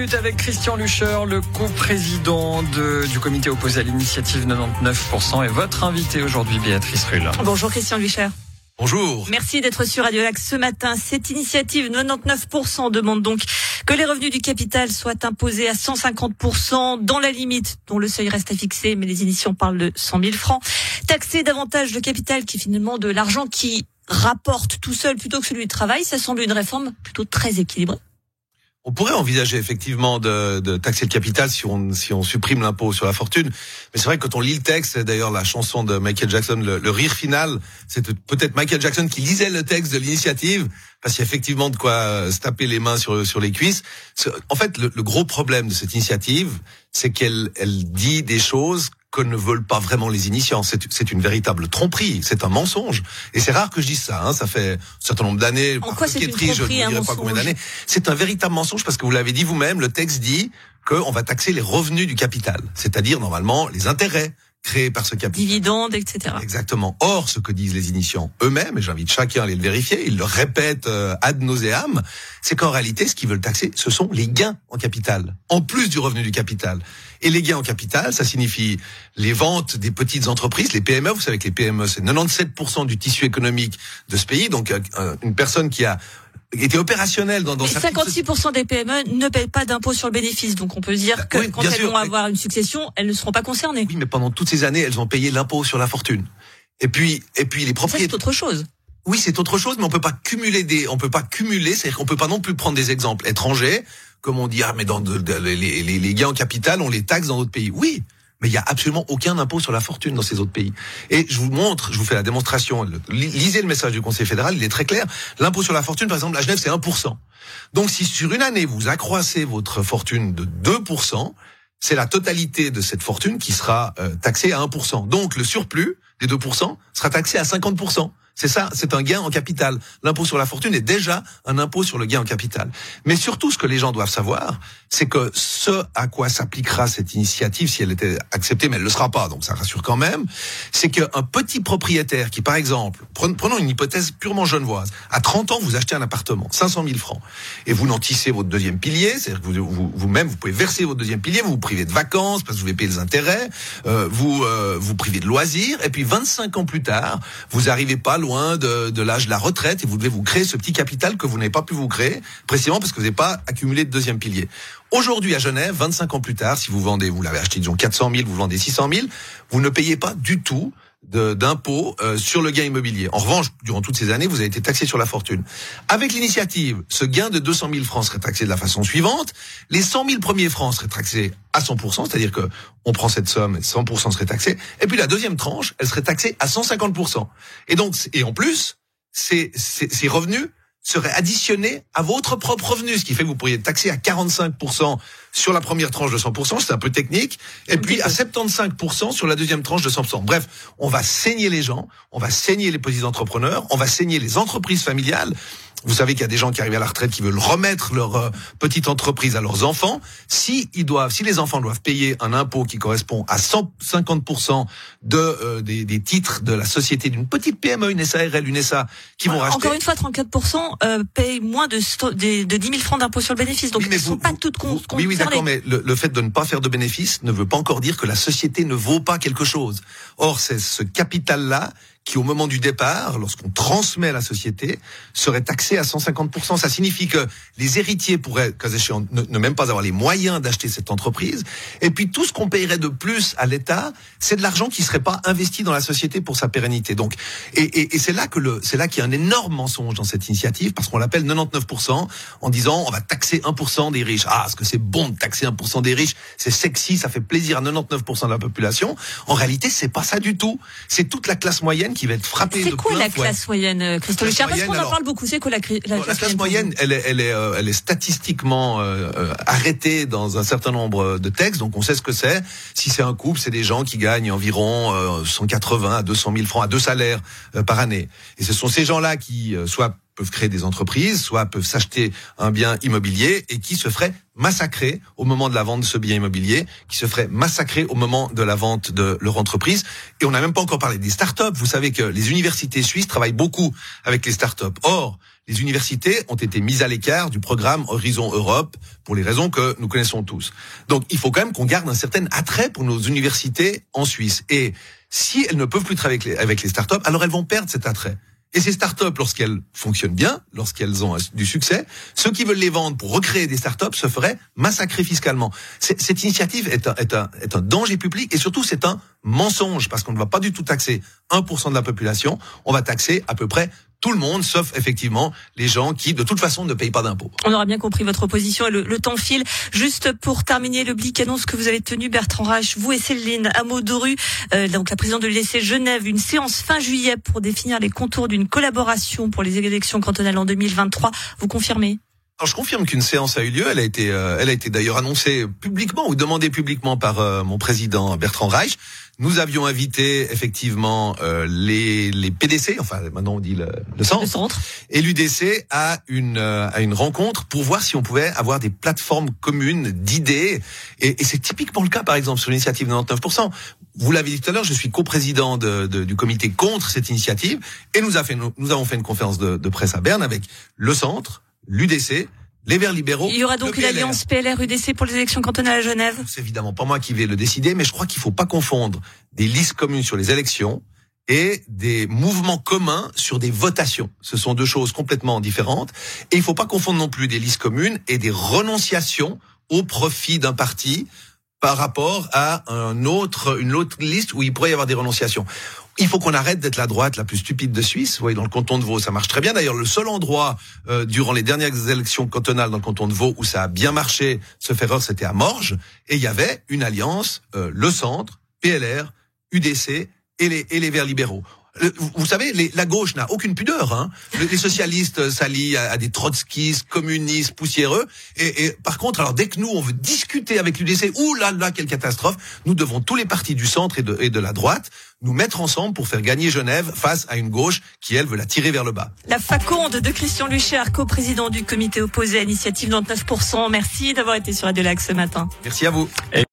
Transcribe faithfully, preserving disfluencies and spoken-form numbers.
minutes avec Christian Lucher, le coprésident de, du comité opposé à l'initiative quatre-vingt-dix-neuf pour cent et votre invité aujourd'hui, Béatrice Rulle. Bonjour Christian Lucher. Bonjour. Merci d'être sur Radio Lac ce matin. Cette initiative quatre-vingt-dix-neuf pour cent demande donc que les revenus du capital soient imposés à cent cinquante pour cent dans la limite dont le seuil reste à fixer, mais les initiations parlent de cent mille francs. Taxer davantage le capital qui est finalement de l'argent qui rapporte tout seul plutôt que celui du travail, ça semble une réforme plutôt très équilibrée. On pourrait envisager effectivement de, de taxer le capital si on, si on supprime l'impôt sur la fortune. Mais c'est vrai que quand on lit le texte, d'ailleurs la chanson de Michael Jackson, le, le rire final, c'est peut-être Michael Jackson qui lisait le texte de l'initiative, parce qu'il y a effectivement de quoi se taper les mains sur, sur les cuisses. En fait, le, le gros problème de cette initiative, c'est qu'elle elle dit des choses que ne veulent pas vraiment les initiants. C'est, c'est une véritable tromperie, c'est un mensonge. Et c'est rare que je dise ça, hein. Ça fait un certain nombre d'années. En quoi c'est une triste, tromperie, je ne dirai pas combien d'années. C'est un véritable mensonge parce que vous l'avez dit vous-même, le texte dit qu'on va taxer les revenus du capital. C'est-à-dire, normalement, les intérêts créés par ce capital. Dividendes, et cetera. Exactement. Or, ce que disent les initiants eux-mêmes, et j'invite chacun à aller le vérifier, ils le répètent euh, ad nauseam, c'est qu'en réalité, ce qu'ils veulent taxer, ce sont les gains en capital, en plus du revenu du capital. Et les gains en capital, ça signifie les ventes des petites entreprises, les P M E. Vous savez que les P M E, c'est quatre-vingt-dix-sept pour cent du tissu économique de ce pays. Donc, euh, une personne qui a été opérationnelle dans, dans sa... cinquante-six pour cent des P M E ne payent pas d'impôt sur le bénéfice. Donc, on peut se dire que oui, quand elles sûr. vont avoir une succession, elles ne seront pas concernées. Oui, mais pendant toutes ces années, elles ont payé l'impôt sur la fortune. Et puis, et puis les propriétaires... Ça, c'est autre chose. Oui, c'est autre chose, mais on peut pas cumuler des, on peut pas cumuler, c'est-à-dire qu'on peut pas non plus prendre des exemples étrangers, comme on dit, ah, mais dans de, de, les, les, les gains en capital, on les taxe dans d'autres pays. Oui. Mais il y a absolument aucun impôt sur la fortune dans ces autres pays. Et je vous montre, je vous fais la démonstration. Lisez le message du Conseil fédéral, il est très clair. L'impôt sur la fortune, par exemple, à Genève, c'est un pour cent. Donc, si sur une année, vous accroissez votre fortune de deux pour cent, c'est la totalité de cette fortune qui sera euh, taxée à un pour cent. Donc, le surplus des deux pour cent sera taxé à cinquante pour cent. C'est ça, c'est un gain en capital. L'impôt sur la fortune est déjà un impôt sur le gain en capital. Mais surtout, ce que les gens doivent savoir, c'est que ce à quoi s'appliquera cette initiative, si elle était acceptée, mais elle ne le sera pas, donc ça rassure quand même, c'est qu'un petit propriétaire qui, par exemple, prenons une hypothèse purement genevoise, à trente ans, vous achetez un appartement, cinq cent mille francs, et vous nantissez votre deuxième pilier, c'est-à-dire que vous, vous, vous-même, vous pouvez verser votre deuxième pilier, vous vous privez de vacances, parce que vous devez payer les intérêts, euh, vous euh, vous privez de loisirs, et puis vingt-cinq ans plus tard, vous arrivez pas loin de, de l'âge de la retraite et vous devez vous créer ce petit capital que vous n'avez pas pu vous créer, précisément parce que vous n'avez pas accumulé de deuxième pilier. Aujourd'hui à Genève, vingt-cinq ans plus tard, si vous vendez, vous l'avez acheté disons quatre cent mille, vous vendez six cent mille, vous ne payez pas du tout de, d'impôt euh, sur le gain immobilier. En revanche, durant toutes ces années, vous avez été taxé sur la fortune. Avec l'initiative, ce gain de deux cent mille francs serait taxé de la façon suivante. Les cent mille premiers francs seraient taxés à cent pour cent, c'est-à-dire que on prend cette somme, cent pour cent serait taxé. Et puis la deuxième tranche, elle serait taxée à cent cinquante pour cent. Et donc, et en plus, ces, ces, ces revenus seraient additionnés à votre propre revenu, ce qui fait que vous pourriez être taxé à quarante-cinq pour cent sur la première tranche de cent pour cent, c'est un peu technique, et puis à soixante-quinze pour cent sur la deuxième tranche de cent pour cent. Bref, on va saigner les gens, on va saigner les petits entrepreneurs, on va saigner les entreprises familiales. Vous savez qu'il y a des gens qui arrivent à la retraite qui veulent remettre leur euh, petite entreprise à leurs enfants. Si ils doivent, si les enfants doivent payer un impôt qui correspond à cent cinquante pour cent de euh, des, des titres de la société d'une petite P M E, une S A R L, une S A, qui vont racheter. Encore une fois, trente-quatre pour cent euh, payent moins de, de, de dix mille francs d'impôt sur le bénéfice. Donc, oui, elles ne sont vous, pas vous, toutes con, vous, Oui, oui, d'accord, mais le, le fait de ne pas faire de bénéfice ne veut pas encore dire que la société ne vaut pas quelque chose. Or, c'est ce capital-là qui, au moment du départ, lorsqu'on transmet la société, serait taxé à cent cinquante pour cent. Ça signifie que les héritiers pourraient, cas échéant, ne, ne même pas avoir les moyens d'acheter cette entreprise. Et puis, tout ce qu'on payerait de plus à l'État, c'est de l'argent qui serait pas investi dans la société pour sa pérennité. Donc, et, et, et c'est là que le, c'est là qu'il y a un énorme mensonge dans cette initiative, parce qu'on l'appelle quatre-vingt-dix-neuf pour cent, en disant, on va taxer un pour cent des riches. Ah, est-ce que c'est bon de taxer un pour cent des riches? C'est sexy, ça fait plaisir à quatre-vingt-dix-neuf pour cent de la population. En réalité, c'est pas ça du tout. C'est toute la classe moyenne qui va être frappée de plein fouet. C'est quoi la classe moyenne, Christophe Lucher? Parce qu'on en parle beaucoup. C'est quoi la, la, la, la classe moyenne? Elle est, elle est, euh, elle est statistiquement euh, euh, arrêtée dans un certain nombre de textes. Donc on sait ce que c'est. Si c'est un couple, c'est des gens qui gagnent environ euh, cent quatre-vingts à deux cent mille francs à deux salaires euh, par année. Et ce sont ces gens-là qui euh, soit peuvent créer des entreprises, soit peuvent s'acheter un bien immobilier et qui se feraient massacrer au moment de la vente de ce bien immobilier, qui se feraient massacrer au moment de la vente de leur entreprise. Et on n'a même pas encore parlé des startups. Vous savez que les universités suisses travaillent beaucoup avec les startups. Or, les universités ont été mises à l'écart du programme Horizon Europe pour les raisons que nous connaissons tous. Donc, il faut quand même qu'on garde un certain attrait pour nos universités en Suisse. Et si elles ne peuvent plus travailler avec les, avec les startups, alors elles vont perdre cet attrait. Et ces startups, lorsqu'elles fonctionnent bien, lorsqu'elles ont du succès, ceux qui veulent les vendre pour recréer des startups se feraient massacrer fiscalement. C'est, cette initiative est un, est, un, est un danger public et surtout c'est un mensonge parce qu'on ne va pas du tout taxer un pour cent de la population, on va taxer à peu près tout le monde, sauf effectivement les gens qui, de toute façon, ne payent pas d'impôts. On aura bien compris votre position et le, le temps file. Juste pour terminer, le Blick annonce que vous avez tenu, Bertrand Reich, vous et Céline Hameau-Doru, euh, donc la présidente de l'U D C Genève, une séance fin juillet pour définir les contours d'une collaboration pour les élections cantonales en deux mille vingt-trois. Vous confirmez ? Alors je confirme qu'une séance a eu lieu. Elle a été, euh, elle a été d'ailleurs annoncée publiquement ou demandée publiquement par euh, mon président Bertrand Reich. Nous avions invité effectivement euh, les les P D C, enfin maintenant on dit le, le centre, le centre, et l'U D C à une euh, à une rencontre pour voir si on pouvait avoir des plateformes communes d'idées. Et, et c'est typiquement le cas, par exemple, sur l'initiative quatre-vingt-dix-neuf pour cent. Vous l'avez dit tout à l'heure, je suis coprésident de, de, du comité contre cette initiative, et nous, a fait, nous avons fait une conférence de, de presse à Berne avec le centre, l'U D C, les Verts libéraux. Il y aura donc une alliance P L R U D C pour les élections cantonales à Genève. C'est évidemment pas moi qui vais le décider, mais je crois qu'il faut pas confondre des listes communes sur les élections et des mouvements communs sur des votations. Ce sont deux choses complètement différentes. Et il faut pas confondre non plus des listes communes et des renonciations au profit d'un parti par rapport à un autre, une autre liste où il pourrait y avoir des renonciations. Il faut qu'on arrête d'être la droite la plus stupide de Suisse. Vous voyez, dans le canton de Vaud, ça marche très bien. D'ailleurs, le seul endroit euh, durant les dernières élections cantonales dans le canton de Vaud où ça a bien marché, ce faire erreur, c'était à Morges. Et il y avait une alliance, euh, le centre, P L R, U D C et les, et les Verts libéraux. Le, vous savez, les, la gauche n'a aucune pudeur. Hein. Le, les socialistes s'allient à, à des trotskistes, communistes, poussiéreux. Et, et par contre, alors dès que nous, on veut discuter avec l'U D C, ouh là là, quelle catastrophe, nous devons tous les partis du centre et de, et de la droite nous mettre ensemble pour faire gagner Genève face à une gauche qui, elle, veut la tirer vers le bas. La faconde de Christian Lucher, coprésident du comité opposé à l'initiative quatre-vingt-dix-neuf pour cent. Merci d'avoir été sur Radio Lac ce matin. Merci à vous. Et